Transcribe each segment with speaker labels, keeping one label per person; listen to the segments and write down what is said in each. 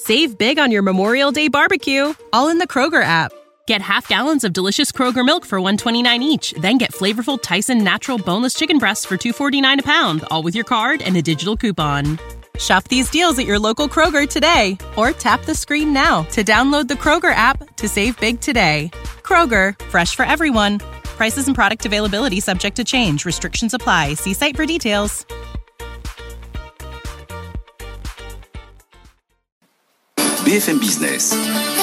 Speaker 1: Save big on your Memorial Day barbecue, all in the Kroger app. Get half gallons of delicious Kroger milk for $1.29 each. Then get flavorful Tyson natural boneless chicken breasts for $2.49 a pound, all with your card and a digital coupon. Shop these deals at your local Kroger today, or tap the screen now to download the Kroger app to save big today. Kroger, fresh for everyone. Prices and product availability subject to change. Restrictions apply. See site for details.
Speaker 2: BFM Business.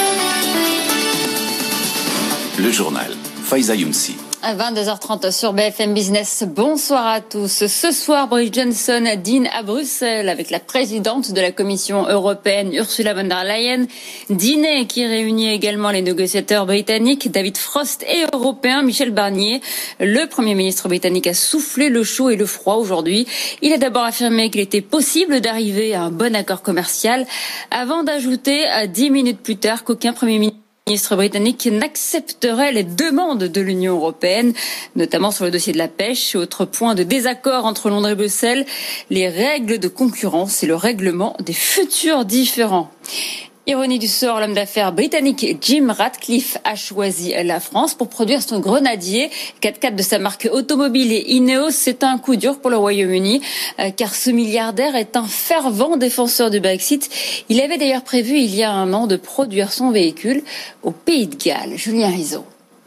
Speaker 2: Le journal. Faiza Younsi.
Speaker 3: À 22h30 sur BFM Business. Bonsoir à tous. Ce soir, Boris Johnson dîne à Bruxelles avec la présidente de la Commission européenne, Ursula von der Leyen. Dîner qui réunit également les négociateurs britanniques, David Frost, et européens, Michel Barnier. Le Premier ministre britannique a soufflé le chaud et le froid aujourd'hui. Il a d'abord affirmé qu'il était possible d'arriver à un bon accord commercial, avant d'ajouter 10 minutes plus tard qu'aucun Premier ministre britannique n'accepterait les demandes de l'Union européenne, notamment sur le dossier de la pêche. Autre point de désaccord entre Londres et Bruxelles, les règles de concurrence et le règlement des futurs différends. Ironie du sort, l'homme d'affaires britannique Jim Ratcliffe a choisi la France pour produire son grenadier 4x4 de sa marque automobile et Ineos. C'est un coup dur pour le Royaume-Uni, car ce milliardaire est un fervent défenseur du Brexit. Il avait d'ailleurs prévu il y a un an de produire son véhicule au Pays de Galles. Julien Rizzo.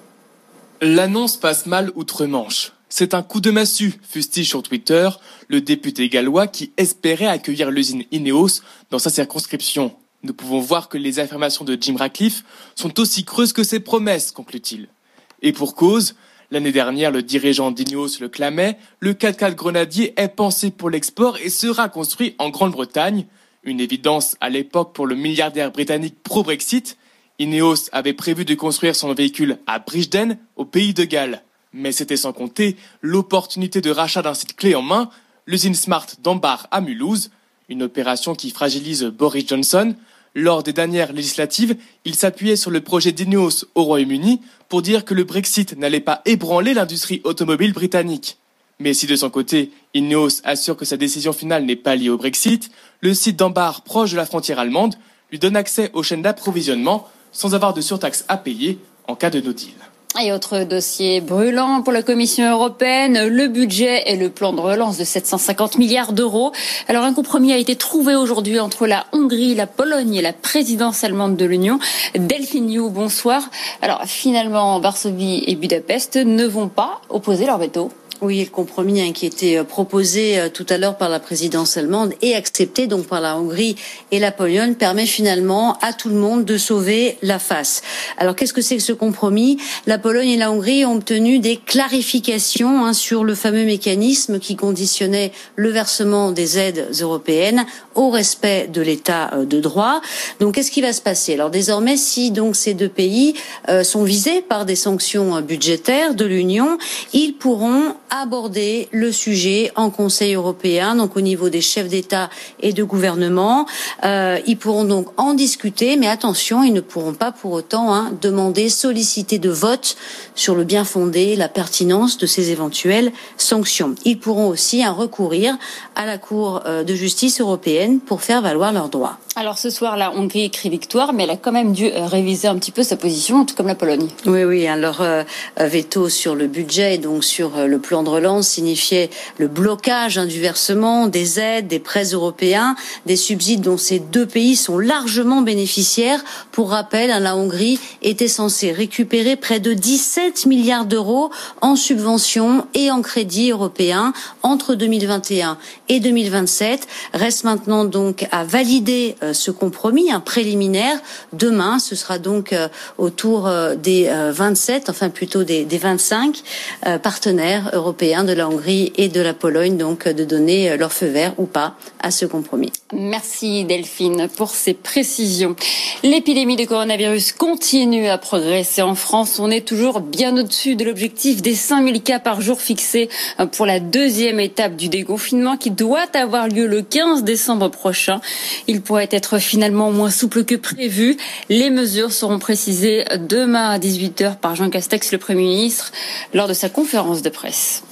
Speaker 4: L'annonce passe mal outre-Manche. C'est un coup de massue, fustige sur Twitter le député gallois qui espérait accueillir l'usine Ineos dans sa circonscription. Nous pouvons voir que les affirmations de Jim Ratcliffe sont aussi creuses que ses promesses, conclut-il. Et pour cause, l'année dernière, le dirigeant d'Ineos le clamait, le 4x4 Grenadier est pensé pour l'export et sera construit en Grande-Bretagne. Une évidence à l'époque pour le milliardaire britannique pro-Brexit. Ineos avait prévu de construire son véhicule à Bridgend, au Pays de Galles. Mais c'était sans compter l'opportunité de rachat d'un site clé en main, l'usine Smart d'Ambar à Mulhouse, une opération qui fragilise Boris Johnson. Lors des dernières législatives, il s'appuyait sur le projet d'Ineos au Royaume-Uni pour dire que le Brexit n'allait pas ébranler l'industrie automobile britannique. Mais si de son côté, Ineos assure que sa décision finale n'est pas liée au Brexit, le site d'Ambar, proche de la frontière allemande, lui donne accès aux chaînes d'approvisionnement sans avoir de surtaxe à payer en cas de no deal.
Speaker 3: Et autre dossier brûlant pour la Commission européenne, le budget et le plan de relance de 750 milliards d'euros. Alors un compromis a été trouvé aujourd'hui entre la Hongrie, la Pologne et la présidence allemande de l'Union. Delphine Liu, bonsoir. Alors finalement, Varsovie et Budapest ne vont pas opposer leur veto.
Speaker 5: Oui, le compromis qui était proposé tout à l'heure par la présidence allemande et accepté donc par la Hongrie et la Pologne permet finalement à tout le monde de sauver la face. Alors qu'est-ce que c'est que ce compromis ? La Pologne et la Hongrie ont obtenu des clarifications sur le fameux mécanisme qui conditionnait le versement des aides européennes au respect de l'état de droit. Donc qu'est-ce qui va se passer ? Alors désormais, si donc ces deux pays sont visés par des sanctions budgétaires de l'Union, ils pourront aborder le sujet en Conseil européen, donc au niveau des chefs d'État et de gouvernement. Ils pourront donc en discuter, mais attention, ils ne pourront pas pour autant demander, solliciter de vote sur le bien fondé, la pertinence de ces éventuelles sanctions. Ils pourront aussi recourir à la Cour de justice européenne pour faire valoir leurs droits.
Speaker 3: Alors ce soir, la Hongrie écrit victoire, mais elle a quand même dû réviser un petit peu sa position, tout comme la Pologne.
Speaker 5: Oui, leur veto sur le budget et donc sur le plan de relance signifiait le blocage du versement des aides, des prêts européens, des subsides dont ces deux pays sont largement bénéficiaires. Pour rappel, la Hongrie était censée récupérer près de 17 milliards d'euros en subventions et en crédits européens entre 2021 et 2027. Reste maintenant donc à valider ce compromis, préliminaire. Demain, ce sera donc au tour des 27, enfin plutôt des 25 partenaires européens de la Hongrie et de la Pologne, donc de donner leur feu vert ou pas à ce compromis.
Speaker 3: Merci Delphine pour ces précisions. L'épidémie de coronavirus continue à progresser en France. On est toujours bien au-dessus de l'objectif des 5000 cas par jour fixé pour la deuxième étape du déconfinement qui doit avoir lieu le 15 décembre prochain. Il pourrait être finalement moins souple que prévu. Les mesures seront précisées demain à 18h par Jean Castex, le Premier ministre, lors de sa conférence de presse.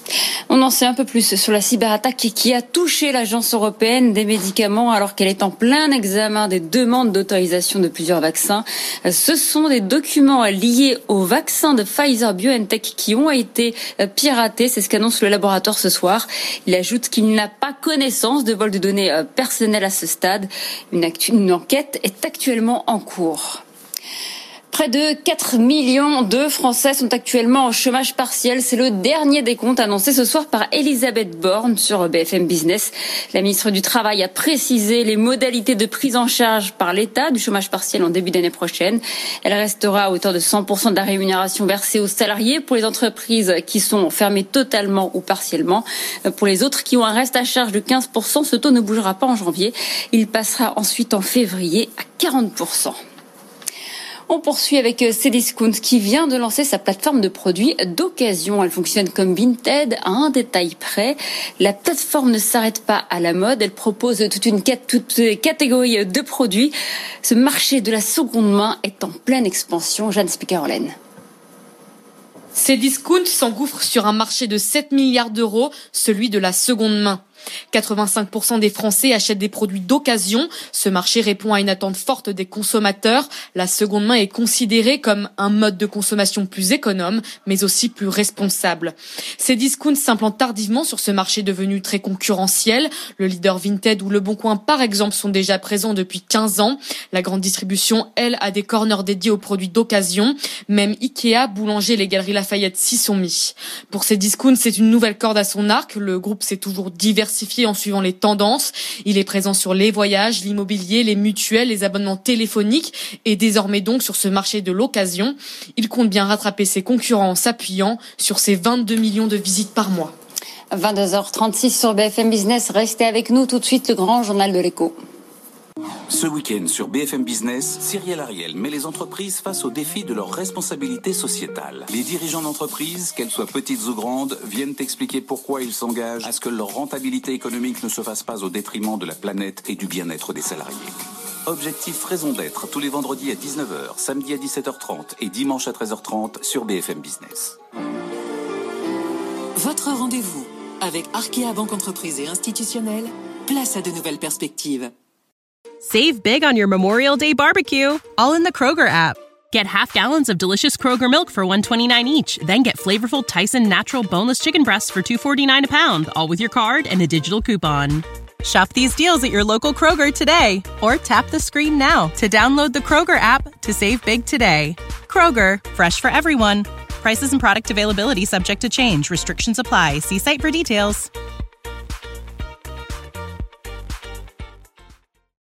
Speaker 3: On en sait un peu plus sur la cyberattaque qui a touché l'Agence européenne des médicaments alors qu'elle est en plein examen des demandes d'autorisation de plusieurs vaccins. Ce sont des documents liés au vaccin de Pfizer-BioNTech qui ont été piratés. C'est ce qu'annonce le laboratoire ce soir. Il ajoute qu'il n'a pas connaissance de vol de données personnelles à ce stade. Une enquête est actuellement en cours. Près de 4 millions de Français sont actuellement en chômage partiel. C'est le dernier décompte annoncé ce soir par Elisabeth Borne sur BFM Business. La ministre du Travail a précisé les modalités de prise en charge par l'État du chômage partiel en début d'année prochaine. Elle restera à hauteur de 100% de la rémunération versée aux salariés pour les entreprises qui sont fermées totalement ou partiellement. Pour les autres qui ont un reste à charge de 15%, ce taux ne bougera pas en janvier. Il passera ensuite en février à 40%. On poursuit avec Cdiscount qui vient de lancer sa plateforme de produits d'occasion. Elle fonctionne comme Vinted à un détail près. La plateforme ne s'arrête pas à la mode. Elle propose toute catégorie de produits. Ce marché de la seconde main est en pleine expansion. Jeanne Spicarolène.
Speaker 6: Cdiscount s'engouffre sur un marché de 7 milliards d'euros, celui de la seconde main. 85% des Français achètent des produits d'occasion. Ce marché répond à une attente forte des consommateurs. La seconde main est considérée comme un mode de consommation plus économe, mais aussi plus responsable. Cdiscount s'implante tardivement sur ce marché devenu très concurrentiel. Le leader Vinted ou Le Bon Coin, par exemple, sont déjà présents depuis 15 ans. La grande distribution, elle, a des corners dédiés aux produits d'occasion. Même Ikea, Boulanger et les Galeries Lafayette s'y sont mis. Pour Cdiscount, c'est une nouvelle corde à son arc. Le groupe s'est toujours diversifié en suivant les tendances. Il est présent sur les voyages, l'immobilier, les mutuelles, les abonnements téléphoniques et désormais donc sur ce marché de l'occasion. Il compte bien rattraper ses concurrents en s'appuyant sur ses 22 millions de visites par mois.
Speaker 3: 22h36 sur BFM Business. Restez avec nous tout de suite, le grand journal de l'écho.
Speaker 2: Ce week-end sur BFM Business, Cyrielle Ariel met les entreprises face au défi de leurs responsabilités sociétales. Les dirigeants d'entreprises, qu'elles soient petites ou grandes, viennent expliquer pourquoi ils s'engagent à ce que leur rentabilité économique ne se fasse pas au détriment de la planète et du bien-être des salariés. Objectif raison d'être tous les vendredis à 19h, samedi à 17h30 et dimanche à 13h30 sur BFM Business.
Speaker 7: Votre rendez-vous avec Arkea Banque Entreprise et Institutionnelle, place à de nouvelles perspectives.
Speaker 1: Save big on your Memorial Day barbecue, all in the Kroger app. Get half gallons of delicious Kroger milk for $1.29 each. Then get flavorful Tyson natural boneless chicken breasts for $2.49 a pound, all with your card and a digital coupon. Shop these deals at your local Kroger today, or tap the screen now to download the Kroger app to save big today. Kroger, fresh for everyone. Prices and product availability subject to change. Restrictions apply. See site for details.